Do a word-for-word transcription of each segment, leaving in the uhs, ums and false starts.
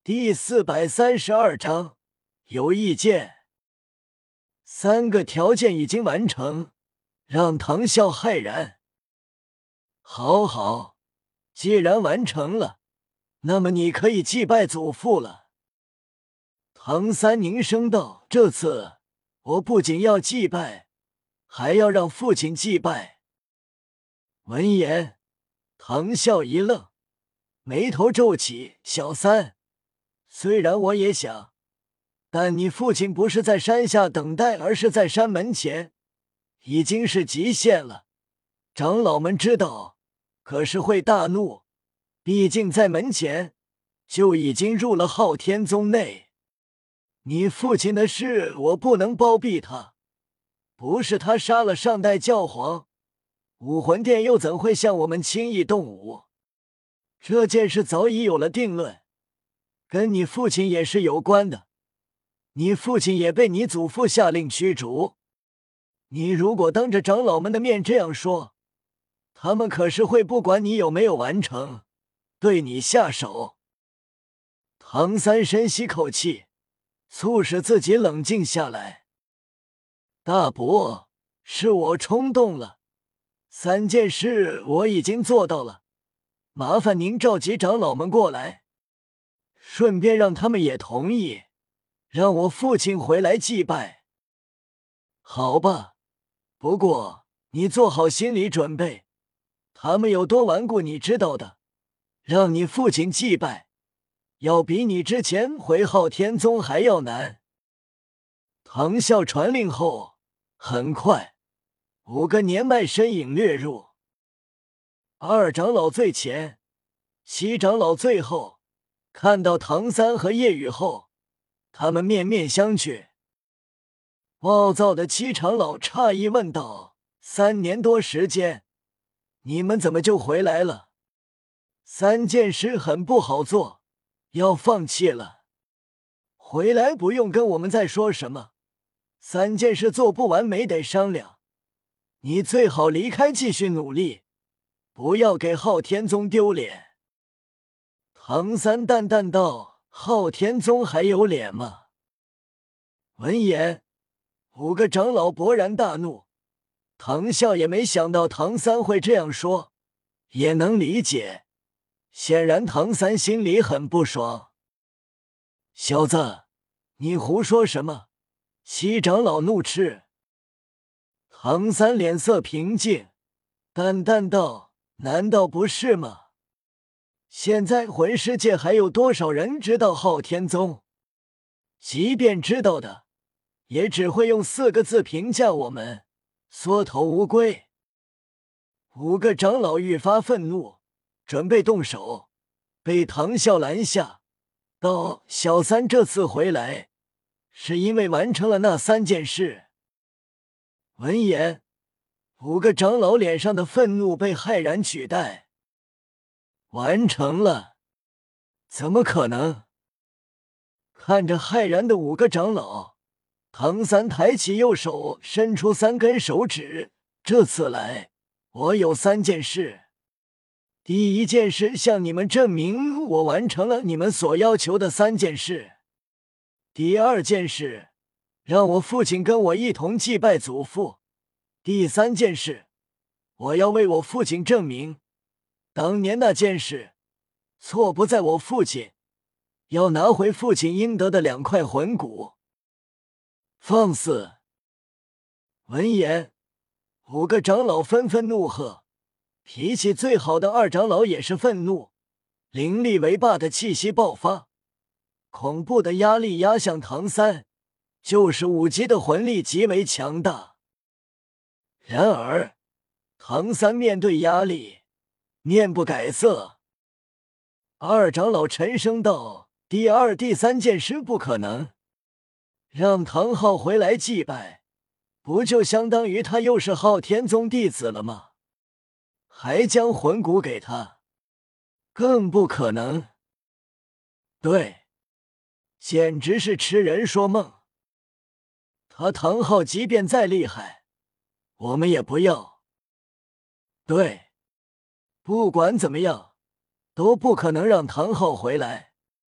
第四百三十二章，有意见。三个条件已经完成，让唐啸骇然。好好，既然完成了，那么你可以祭拜祖父了。唐三凝声道：“这次我不仅要祭拜，还要让父亲祭拜。”闻言，唐啸一愣，眉头皱起：“小三，虽然我也想，但你父亲不是在山下等待，而是在山门前，已经是极限了。长老们知道，可是会大怒，毕竟在门前就已经入了昊天宗内。你父亲的事，我不能包庇他，不是他杀了上代教皇，武魂殿又怎会向我们轻易动武？这件事早已有了定论，跟你父亲也是有关的。你父亲也被你祖父下令驱逐，你如果当着长老们的面这样说，他们可是会不管你有没有完成，对你下手。”唐三深吸口气，促使自己冷静下来。大伯，是我冲动了，三件事我已经做到了，麻烦您召集长老们过来，顺便让他们也同意，让我父亲回来祭拜。好吧，不过你做好心理准备，他们有多顽固你知道的，让你父亲祭拜，要比你之前回昊天宗还要难。唐啸传令后，很快五个年迈身影掠入，二长老最前，七长老最后。看到唐三和叶雨后，他们面面相觑。暴躁的七长老诧异问道：“三年多时间，你们怎么就回来了？三件事很不好做，要放弃了。回来不用跟我们再说什么，三件事做不完没得商量。你最好离开，继续努力，不要给昊天宗丢脸。”唐三淡淡道：“昊天宗还有脸吗？”闻言，五个长老勃然大怒。唐啸也没想到唐三会这样说，也能理解。显然唐三心里很不爽。“小子，你胡说什么？”七长老怒斥。唐三脸色平静，淡淡道：“难道不是吗？现在魂师界还有多少人知道昊天宗？即便知道的，也只会用四个字评价我们：缩头乌龟。”五个长老愈发愤怒，准备动手，被唐啸拦下，道：“小三这次回来，是因为完成了那三件事。”闻言，五个长老脸上的愤怒被骇然取代。完成了？怎么可能？看着骇然的五个长老，唐三抬起右手，伸出三根手指：“这次来，我有三件事。第一件事，向你们证明我完成了你们所要求的三件事。第二件事，让我父亲跟我一同祭拜祖父。第三件事，我要为我父亲证明，当年那件事，错不在我父亲，要拿回父亲应得的两块魂骨。”放肆！闻言，五个长老纷纷怒喝，脾气最好的二长老也是愤怒，凌厉为霸的气息爆发，恐怖的压力压向唐三，就是五级的魂力极为强大。然而，唐三面对压力，面不改色。二长老沉声道：“第二、第三件事不可能，让唐昊回来祭拜，不就相当于他又是昊天宗弟子了吗？还将魂骨给他，更不可能。对，简直是痴人说梦。他唐昊即便再厉害，我们也不要。对，不管怎么样，都不可能让唐昊回来。”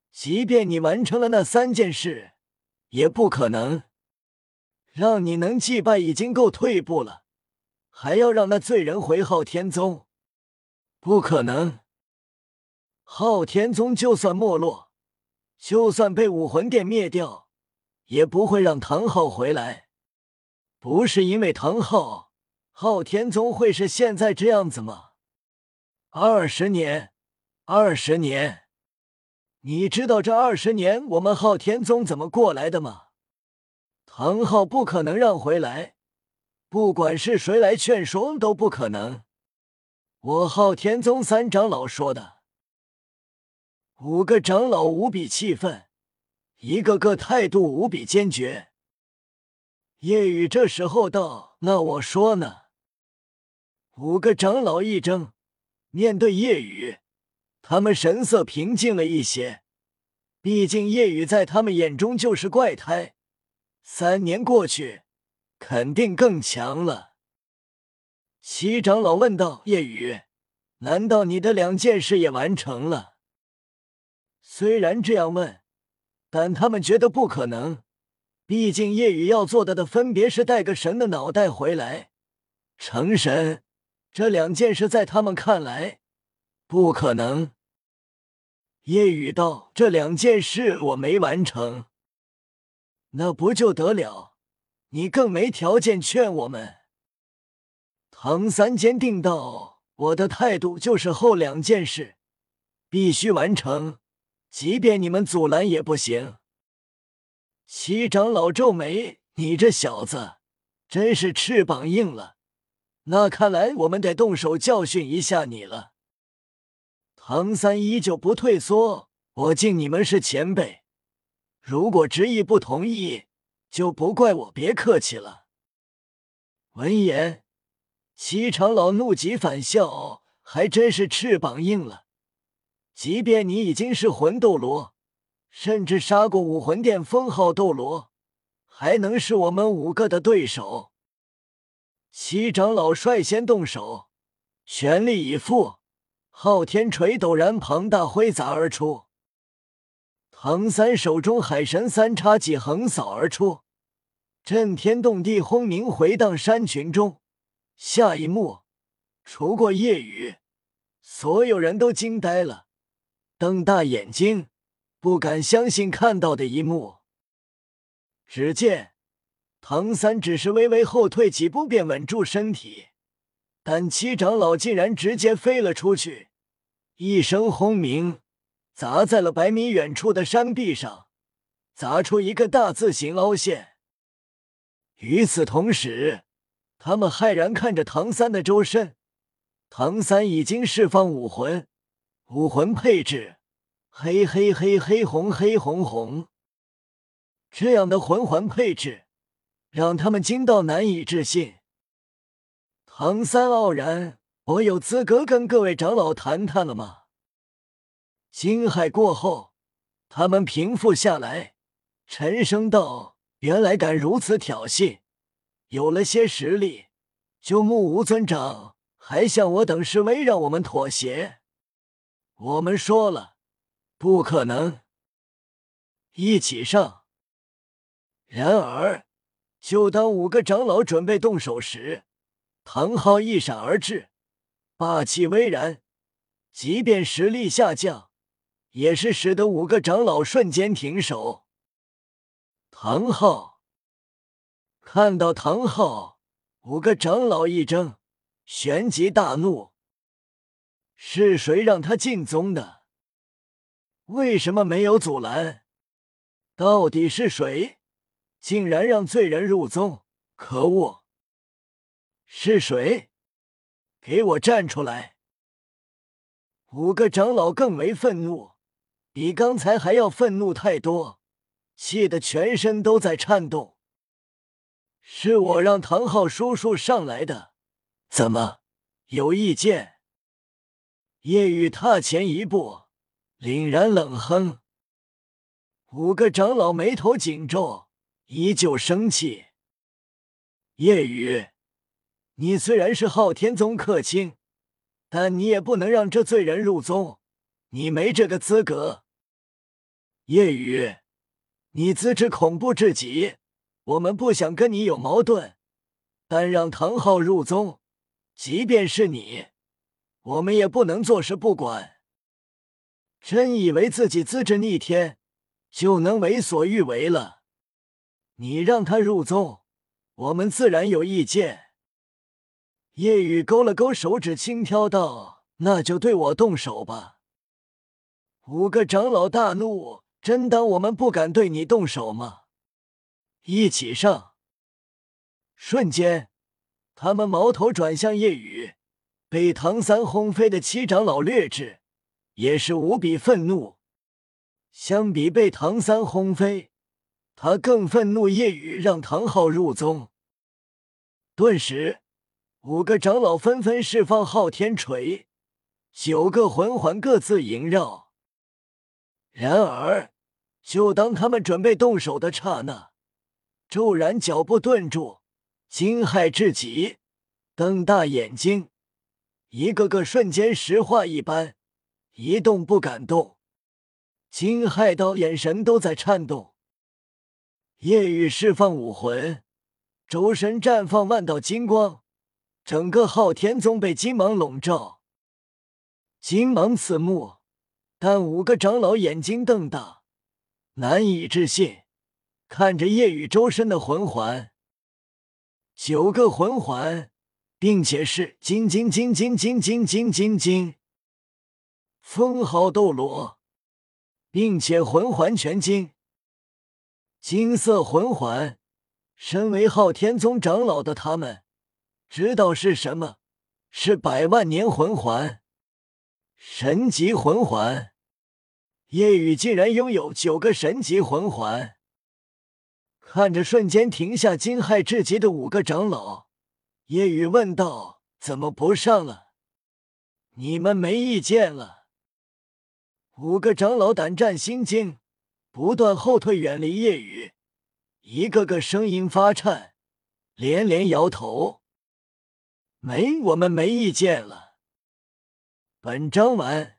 即便你完成了那三件事，也不可能让你能祭拜已经够退步了，还要让那罪人回昊天宗，不可能。昊天宗就算没落，就算被武魂殿灭掉，也不会让唐昊回来。不是因为唐昊，昊天宗会是现在这样子吗？二十年，二十年，你知道这二十年我们昊天宗怎么过来的吗？唐昊不可能让回来，不管是谁来劝说都不可能。我昊天宗三长老说的。五个长老无比气愤，一个个态度无比坚决。叶雨这时候道：“那我说呢？”五个长老一怔，面对叶雨，他们神色平静了一些。毕竟叶雨在他们眼中就是怪胎，三年过去，肯定更强了。七长老问道：“叶雨，难道你的两件事也完成了？”虽然这样问，但他们觉得不可能。毕竟叶雨要做的的分别是带个神的脑袋回来，成神，这两件事在他们看来不可能。叶雨道：“这两件事我没完成。”那不就得了？你更没条件劝我们。唐三坚定道：“我的态度就是后两件事必须完成，即便你们阻拦也不行。”七长老皱眉：“你这小子真是翅膀硬了，那看来我们得动手教训一下你了。”唐三依旧不退缩：“我敬你们是前辈，如果执意不同意，就不怪我，别客气了。”闻言，七长老怒极反笑：“还真是翅膀硬了，即便你已经是魂斗罗，甚至杀过武魂殿封号斗罗，还能是我们五个的对手？”七长老率先动手，全力以赴，昊天锤陡然庞大挥洒而出。唐三手中海神三叉戟横扫而出，震天动地，轰鸣回荡山群中。下一幕，除过叶雨，所有人都惊呆了，瞪大眼睛，不敢相信看到的一幕。只见唐三只是微微后退几步便稳住身体，但七长老竟然直接飞了出去，一声轰鸣砸在了百米远处的山壁上，砸出一个大字形凹陷。与此同时，他们骇然看着唐三的周身，唐三已经释放武魂，武魂配置黑黑黑黑红黑红红，这样的魂环配置让他们惊到难以置信。唐三傲然：“我有资格跟各位长老谈谈了吗？”惊骇过后，他们平复下来，沉声道：“原来敢如此挑衅，有了些实力，就目无尊长，还向我等示威，让我们妥协？我们说了，不可能。一起上！”然而，就当五个长老准备动手时，唐昊一闪而至，霸气巍然，即便实力下降，也是使得五个长老瞬间停手。唐昊看到唐昊，五个长老一怔，旋即大怒：“是谁让他进宗的？为什么没有阻拦？到底是谁竟然让罪人入宗？可恶！是谁？给我站出来！”五个长老更为愤怒，比刚才还要愤怒太多，气得全身都在颤动。是我让唐昊叔叔上来的，怎么有意见？叶雨踏前一步，凛然冷哼。五个长老眉头紧皱，依旧生气。叶雨，你虽然是昊天宗客卿，但你也不能让这罪人入宗，你没这个资格。 夜雨，你资质恐怖至极，我们不想跟你有矛盾，但让唐昊入宗，即便是你，我们也不能坐视不管。真以为自己资质逆天，就能为所欲为了？你让他入宗，我们自然有意见。夜雨勾了勾手指，轻佻道：“那就对我动手吧。”五个长老大怒，真当我们不敢对你动手吗？一起上！瞬间，他们矛头转向夜雨，被唐三轰飞的七长老略智也是无比愤怒。相比被唐三轰飞，他更愤怒夜雨让唐昊入宗。顿时，五个长老纷纷释放昊天锤，九个魂环各自萦绕。然而，就当他们准备动手的刹那，骤然脚步顿住，惊骇至极，瞪大眼睛，一个个瞬间石化一般，一动不敢动，惊骇到眼神都在颤动。夜雨释放武魂，周身绽放万道金光，整个昊天宗被金芒笼罩。金芒刺目，但五个长老眼睛瞪大，难以置信看着夜雨周身的魂环。九个魂环，并且是金金金金金金金金金封号斗罗，并且魂环全金。金色魂环，身为昊天宗长老的他们知道是什么，是百万年魂环，神级魂环。夜雨竟然拥有九个神级魂环。看着瞬间停下惊骇至极的五个长老，夜雨问道：“怎么不上了？你们没意见了？”五个长老胆战心惊，不断后退远离夜雨，一个个声音发颤，连连摇头：“没，我们没意见了。”本章完。